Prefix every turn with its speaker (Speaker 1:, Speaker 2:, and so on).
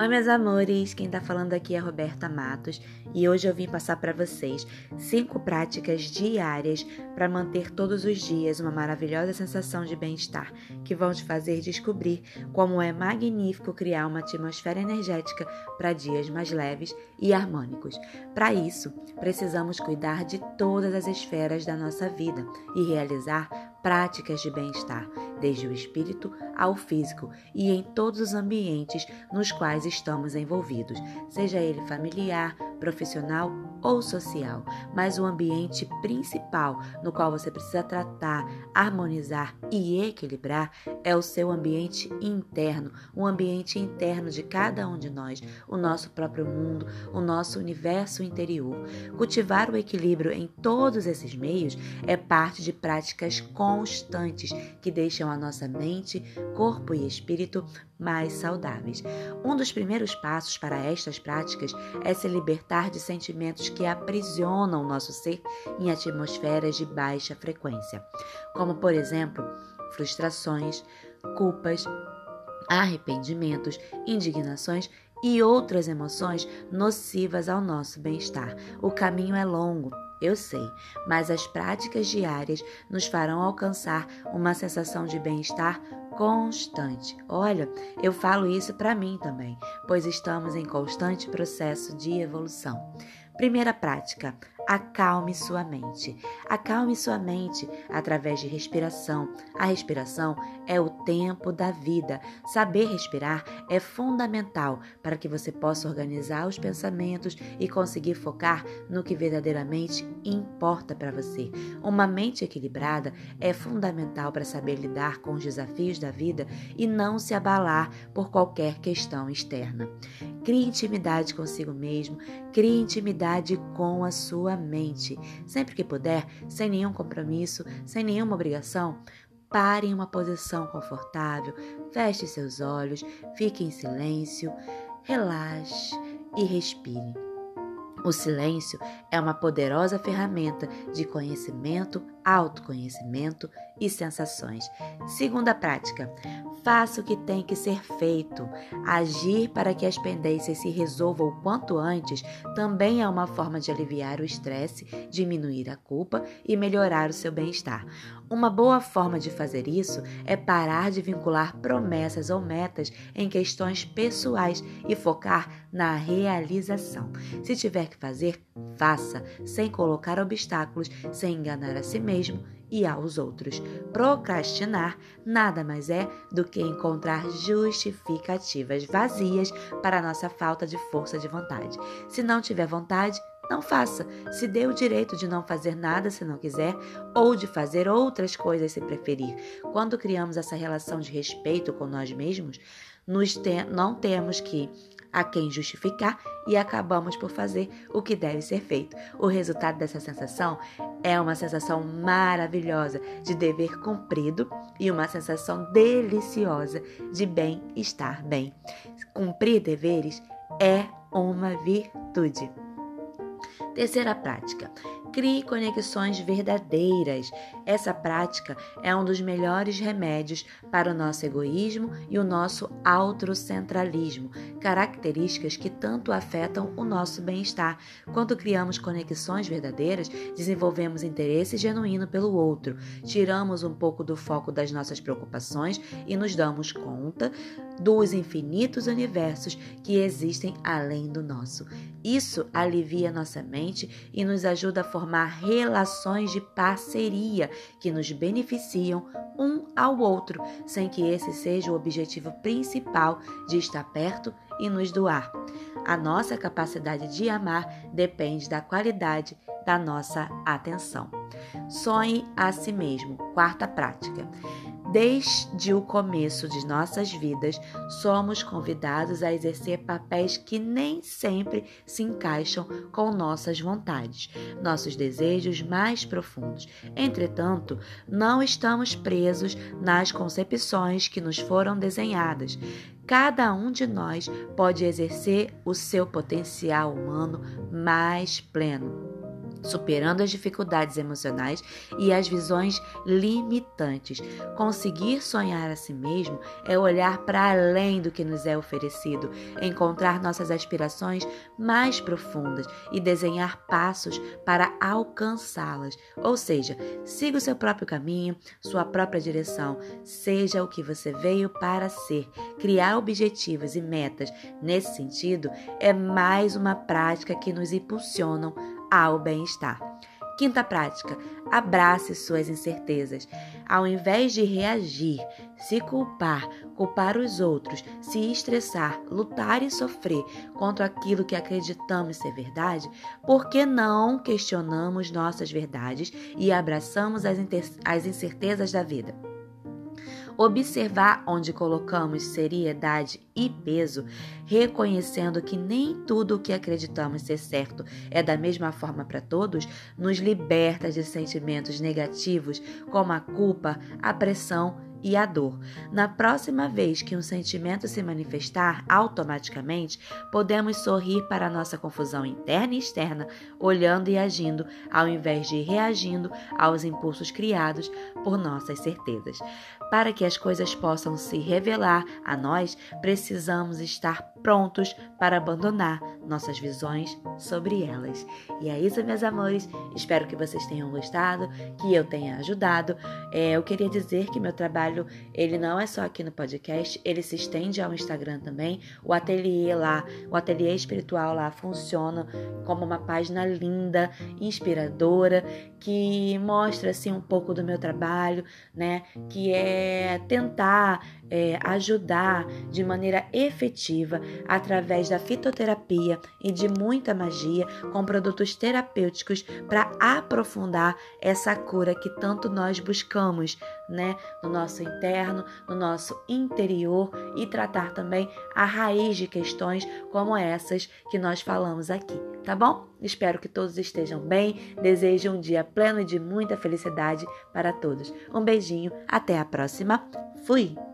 Speaker 1: Oi, meus amores, quem tá falando aqui é Roberta Matos e hoje eu vim passar para vocês 5 práticas diárias para manter todos os dias uma maravilhosa sensação de bem-estar que vão te fazer descobrir como é magnífico criar uma atmosfera energética para dias mais leves e harmônicos. Para isso, precisamos cuidar de todas as esferas da nossa vida e realizar práticas de bem-estar, desde o espírito ao físico e em todos os ambientes nos quais estamos envolvidos, seja ele familiar, profissional ou social. Mas o ambiente principal no qual você precisa tratar, harmonizar e equilibrar é o seu ambiente interno, o ambiente interno de cada um de nós, o nosso próprio mundo, o nosso universo interior. Cultivar o equilíbrio em todos esses meios é parte de práticas constantes que deixam a nossa mente, corpo e espírito mais saudáveis. Um dos primeiros passos para estas práticas é se libertar de sentimentos que aprisionam o nosso ser em atmosferas de baixa frequência, como, por exemplo, frustrações, culpas, arrependimentos, indignações e outras emoções nocivas ao nosso bem-estar. O caminho é longo, eu sei, mas as práticas diárias nos farão alcançar uma sensação de bem-estar constante. Olha, eu falo isso para mim também, pois estamos em constante processo de evolução. Primeira prática: acalme sua mente. Acalme sua mente através de respiração. A respiração é o tempo da vida. Saber respirar é fundamental para que você possa organizar os pensamentos e conseguir focar no que verdadeiramente importa para você. Uma mente equilibrada é fundamental para saber lidar com os desafios da vida e não se abalar por qualquer questão externa. Crie intimidade consigo mesmo, crie intimidade com a sua mente. Sempre que puder, sem nenhum compromisso, sem nenhuma obrigação, pare em uma posição confortável, feche seus olhos, fique em silêncio, relaxe e respire. O silêncio é uma poderosa ferramenta de conhecimento, autoconhecimento e sensações. Segunda prática: faça o que tem que ser feito. Agir para que as pendências se resolvam o quanto antes também é uma forma de aliviar o estresse, diminuir a culpa e melhorar o seu bem-estar. Uma boa forma de fazer isso é parar de vincular promessas ou metas em questões pessoais e focar na realização. Se tiver que fazer, faça, sem colocar obstáculos, sem enganar a si mesmo e aos outros. Procrastinar nada mais é do que encontrar justificativas vazias para a nossa falta de força de vontade. Se não tiver vontade, não faça. Se dê o direito de não fazer nada se não quiser ou de fazer outras coisas se preferir. Quando criamos essa relação de respeito com nós mesmos, não temos a quem justificar e acabamos por fazer o que deve ser feito. O resultado dessa sensação é uma sensação maravilhosa de dever cumprido e uma sensação deliciosa de bem-estar bem. Cumprir deveres é uma virtude. Terceira prática: crie conexões verdadeiras. Essa prática é um dos melhores remédios para o nosso egoísmo e o nosso autocentralismo, características que tanto afetam o nosso bem-estar. Quando criamos conexões verdadeiras, desenvolvemos interesse genuíno pelo outro, tiramos um pouco do foco das nossas preocupações e nos damos conta dos infinitos universos que existem além do nosso. Isso alivia nossa mente e nos ajuda a formar relações de parceria que nos beneficiam um ao outro, sem que esse seja o objetivo principal de estar perto e nos doar. A nossa capacidade de amar depende da qualidade da nossa atenção. Sonhe a si mesmo. Quarta prática: desde o começo de nossas vidas, somos convidados a exercer papéis que nem sempre se encaixam com nossas vontades, nossos desejos mais profundos. Entretanto, não estamos presos nas concepções que nos foram desenhadas. Cada um de nós pode exercer o seu potencial humano mais pleno. superando as dificuldades emocionais e as visões limitantes. Conseguir sonhar a si mesmo é olhar para além do que nos é oferecido, encontrar nossas aspirações mais profundas e desenhar passos para alcançá-las. Ou seja, siga o seu próprio caminho, sua própria direção, seja o que você veio para ser. Criar objetivos e metas nesse sentido é mais uma prática que nos impulsionam ao bem-estar. Quinta prática, abrace suas incertezas. Ao invés de reagir, se culpar os outros, se estressar, lutar e sofrer contra aquilo que acreditamos ser verdade, por que não questionamos nossas verdades e abraçamos as incertezas da vida? Observar onde colocamos seriedade e peso, reconhecendo que nem tudo o que acreditamos ser certo é da mesma forma para todos, nos liberta de sentimentos negativos como a culpa, a pressão e a dor. Na próxima vez que um sentimento se manifestar, automaticamente podemos sorrir para a nossa confusão interna e externa, olhando e agindo, ao invés de reagindo aos impulsos criados por nossas certezas. Para que as coisas possam se revelar a nós, precisamos estar prontos para abandonar nossas visões sobre elas. E é isso, meus amores. Espero que vocês tenham gostado, que eu tenha ajudado. Eu queria dizer que meu trabalho, ele não é só aqui no podcast, ele se estende ao Instagram também. O ateliê espiritual lá funciona como uma página linda, inspiradora, que mostra assim um pouco do meu trabalho, né? Que é tentar ajudar de maneira efetiva através da fitoterapia e de muita magia com produtos terapêuticos para aprofundar essa cura que tanto nós buscamos, né? No nosso interno, no nosso interior e tratar também a raiz de questões como essas que nós falamos aqui, tá bom? Espero que todos estejam bem, desejo um dia pleno de muita felicidade para todos. Um beijinho, até a próxima, fui!